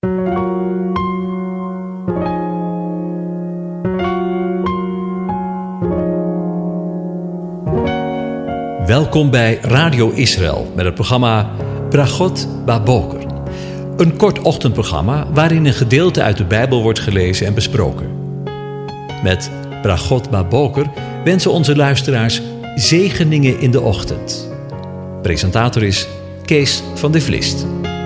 Welkom bij Radio Israël met het programma Bragot Baboker. Een kort ochtendprogramma waarin een gedeelte uit de Bijbel wordt gelezen en besproken. Met Bragot Baboker wensen onze luisteraars zegeningen in de ochtend. Presentator is Kees van de Vlist.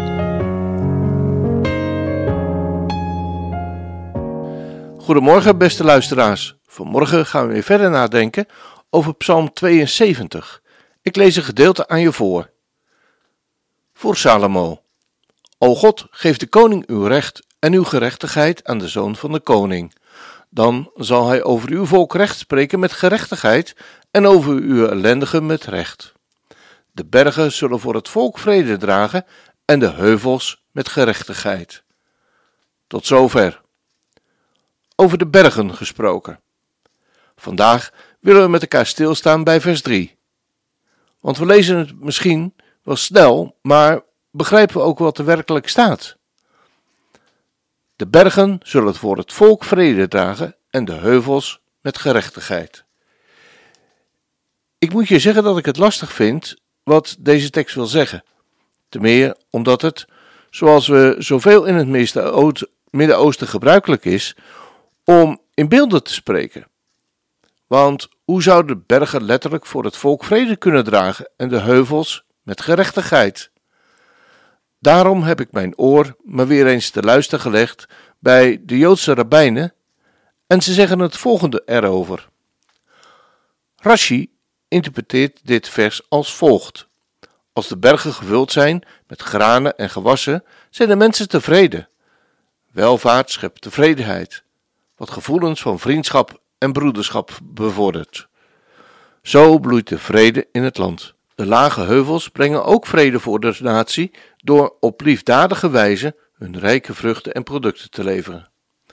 Goedemorgen beste luisteraars. Vanmorgen gaan we weer verder nadenken over Psalm 72. Ik lees een gedeelte aan je voor. Voor Salomo. O God, geef de koning uw recht en uw gerechtigheid aan de zoon van de koning. Dan zal hij over uw volk recht spreken met gerechtigheid en over uw ellendigen met recht. De bergen zullen voor het volk vrede dragen en de heuvels met gerechtigheid. Tot zover. Over de bergen gesproken. Vandaag willen we met elkaar stilstaan bij vers 3. Want we lezen het misschien wel snel, maar begrijpen we ook wat er werkelijk staat. De bergen zullen voor het volk vrede dragen en de heuvels met gerechtigheid. Ik moet je zeggen dat ik het lastig vind wat deze tekst wil zeggen. Te meer omdat het, zoals we zoveel in het Midden-Oosten gebruikelijk is, om in beelden te spreken. Want hoe zouden de bergen letterlijk voor het volk vrede kunnen dragen en de heuvels met gerechtigheid? Daarom heb ik mijn oor maar weer eens te luisteren gelegd bij de Joodse rabbijnen en ze zeggen het volgende erover. Rashi interpreteert dit vers als volgt. Als de bergen gevuld zijn met granen en gewassen, zijn de mensen tevreden. Welvaart schept tevredenheid, wat gevoelens van vriendschap en broederschap bevordert. Zo bloeit de vrede in het land. De lage heuvels brengen ook vrede voor de natie door op liefdadige wijze hun rijke vruchten en producten te leveren.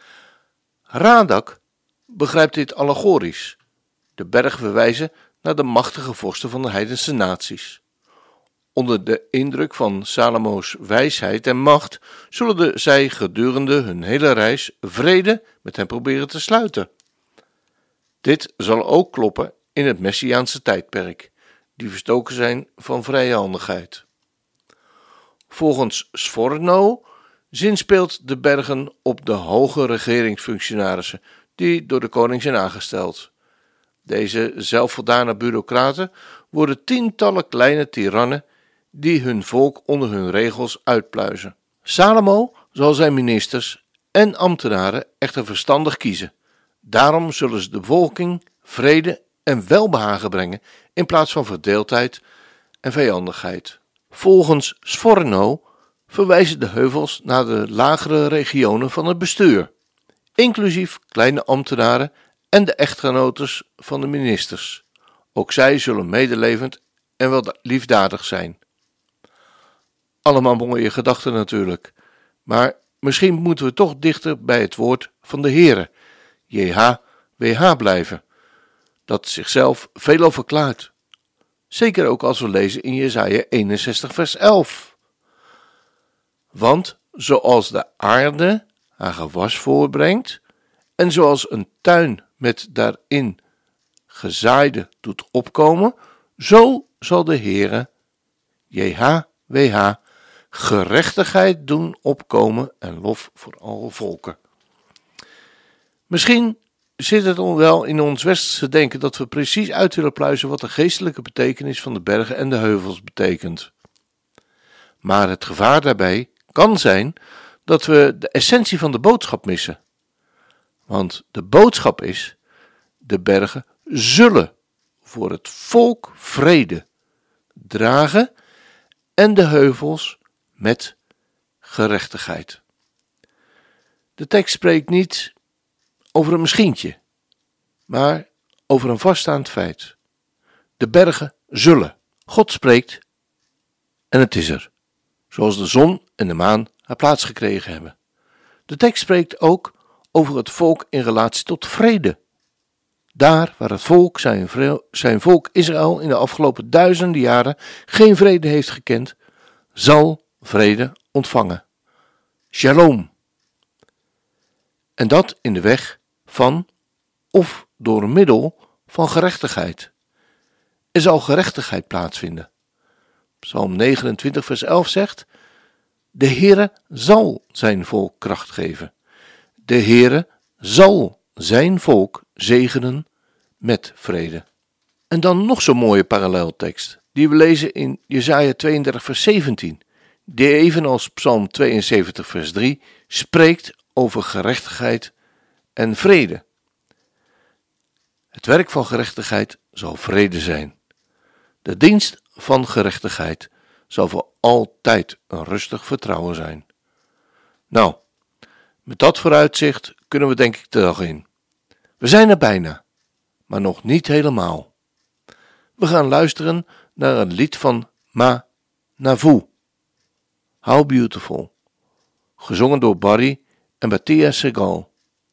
Radak begrijpt dit allegorisch. De bergen verwijzen naar de machtige vorsten van de heidense naties. Onder de indruk van Salomo's wijsheid en macht zullen zij gedurende hun hele reis vrede met hem proberen te sluiten. Dit zal ook kloppen in het Messiaanse tijdperk, die verstoken zijn van vrijhandigheid. Volgens Sforno zinspeelt de bergen op de hoge regeringsfunctionarissen die door de koning zijn aangesteld. Deze zelfvoldane bureaucraten worden tientallen kleine tirannen die hun volk onder hun regels uitpluizen. Salomo zal zijn ministers en ambtenaren echter verstandig kiezen. Daarom zullen ze de bevolking vrede en welbehagen brengen in plaats van verdeeldheid en vijandigheid. Volgens Sforno verwijzen de heuvels naar de lagere regionen van het bestuur, inclusief kleine ambtenaren en de echtgenotes van de ministers. Ook zij zullen medelevend en wel liefdadig zijn. Allemaal mooie gedachten natuurlijk, maar misschien moeten we toch dichter bij het woord van de Heere, JHWH, blijven, dat zichzelf veelal verklaart. Zeker ook als we lezen in Jesaja 61 vers 11. Want zoals de aarde haar gewas voortbrengt en zoals een tuin met daarin gezaaide doet opkomen, zo zal de Heere, JHWH, gerechtigheid doen opkomen en lof voor alle volken. Misschien zit het wel in ons westerse denken dat we precies uit willen pluizen wat de geestelijke betekenis van de bergen en de heuvels betekent. Maar het gevaar daarbij kan zijn dat we de essentie van de boodschap missen. Want de boodschap is, de bergen zullen voor het volk vrede dragen en de heuvels met gerechtigheid. De tekst spreekt niet over een misschientje, maar over een vaststaand feit. De bergen zullen. God spreekt en het is er, zoals de zon en de maan haar plaats gekregen hebben. De tekst spreekt ook over het volk in relatie tot vrede. Daar waar het volk, zijn volk Israël in de afgelopen duizenden jaren geen vrede heeft gekend, zal vrede ontvangen. shalom. En dat in de weg van of door middel van gerechtigheid. Er zal gerechtigheid plaatsvinden. Psalm 29 vers 11 zegt: de Heere zal zijn volk kracht geven. De Heere zal zijn volk zegenen met vrede. En dan nog zo'n mooie paralleltekst, die we lezen in Jesaja 32 vers 17, die evenals Psalm 72 vers 3 spreekt over gerechtigheid en vrede. Het werk van gerechtigheid zal vrede zijn. De dienst van gerechtigheid zal voor altijd een rustig vertrouwen zijn. Nou, met dat vooruitzicht kunnen we denk ik de dag in. We zijn er bijna, maar nog niet helemaal. We gaan luisteren naar een lied van Ma Navu, How Beautiful, gezongen door Barry en Matthias Segal.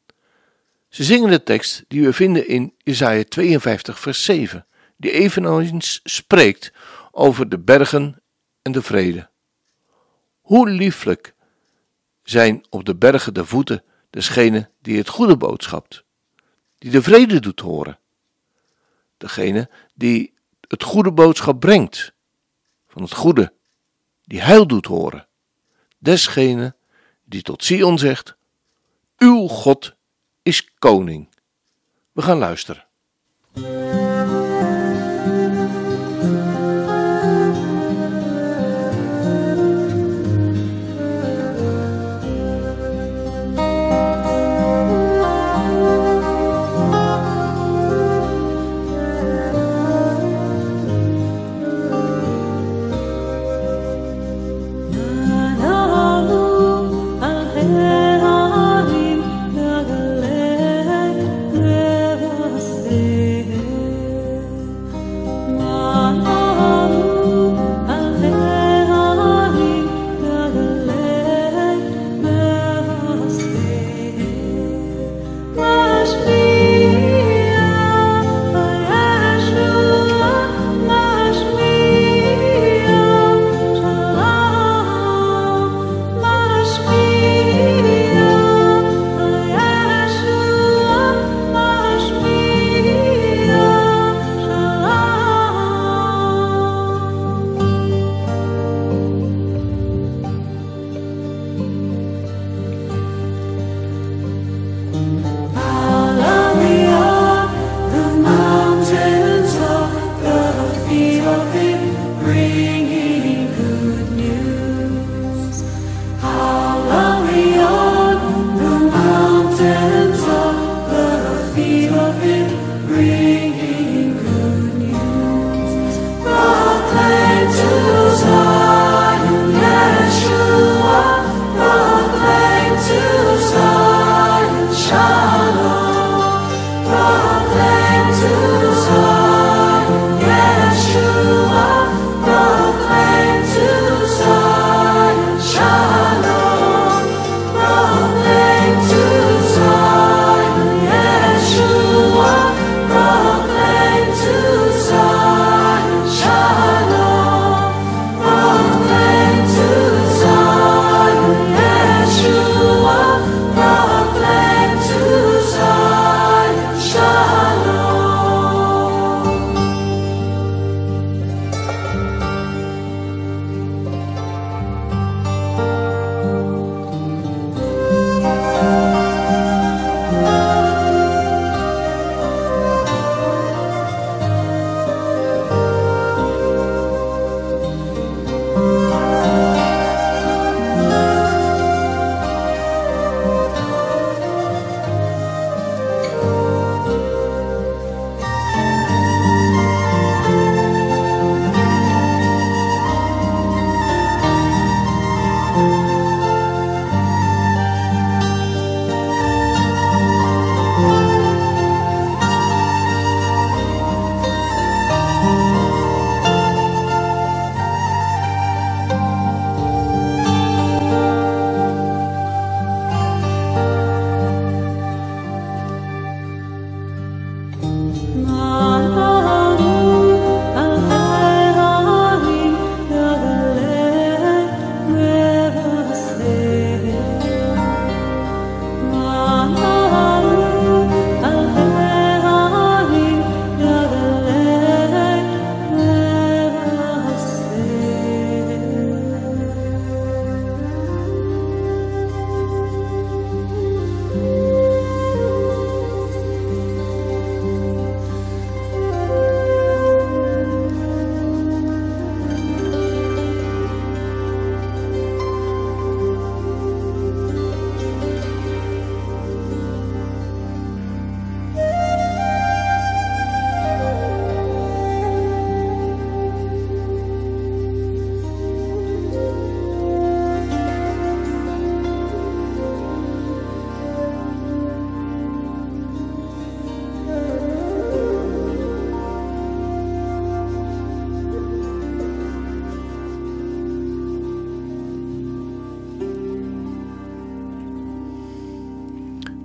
Ze zingen de tekst die we vinden in Jesaja 52 vers 7, die eveneens spreekt over de bergen en de vrede. Hoe lieflijk zijn op de bergen de voeten desgene die het goede boodschapt, die de vrede doet horen. Degene die het goede boodschap brengt, van het goede, die heil doet horen. Desgene die tot Sion zegt: uw God is koning. We gaan luisteren. Você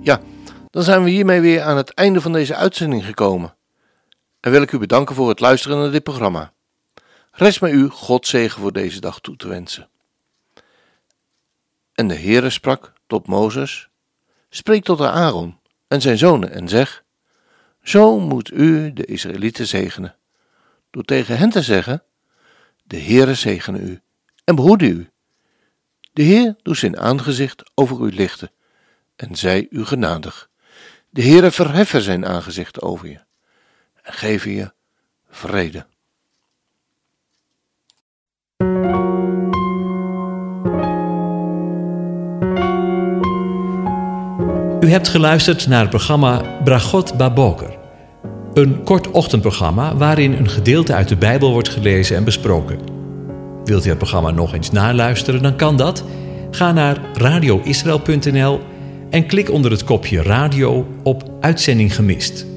Ja, dan zijn we hiermee weer aan het einde van deze uitzending gekomen. En wil ik u bedanken voor het luisteren naar dit programma. Rest mij u Gods zegen voor deze dag toe te wensen. En de Heere sprak tot Mozes: spreek tot Aaron en zijn zonen en zeg: zo moet u de Israëlieten zegenen, door tegen hen te zeggen: de Heere zegene u en behoede u. De Heer doet zijn aangezicht over u lichten en zij u genadig. De Heere verheffen zijn aangezicht over je en geven je vrede. U hebt geluisterd naar het programma Bragot Baboker. Een kort ochtendprogramma waarin een gedeelte uit de Bijbel wordt gelezen en besproken. Wilt u het programma nog eens naluisteren, dan kan dat. Ga naar radioisrael.nl en klik onder het kopje radio op Uitzending gemist.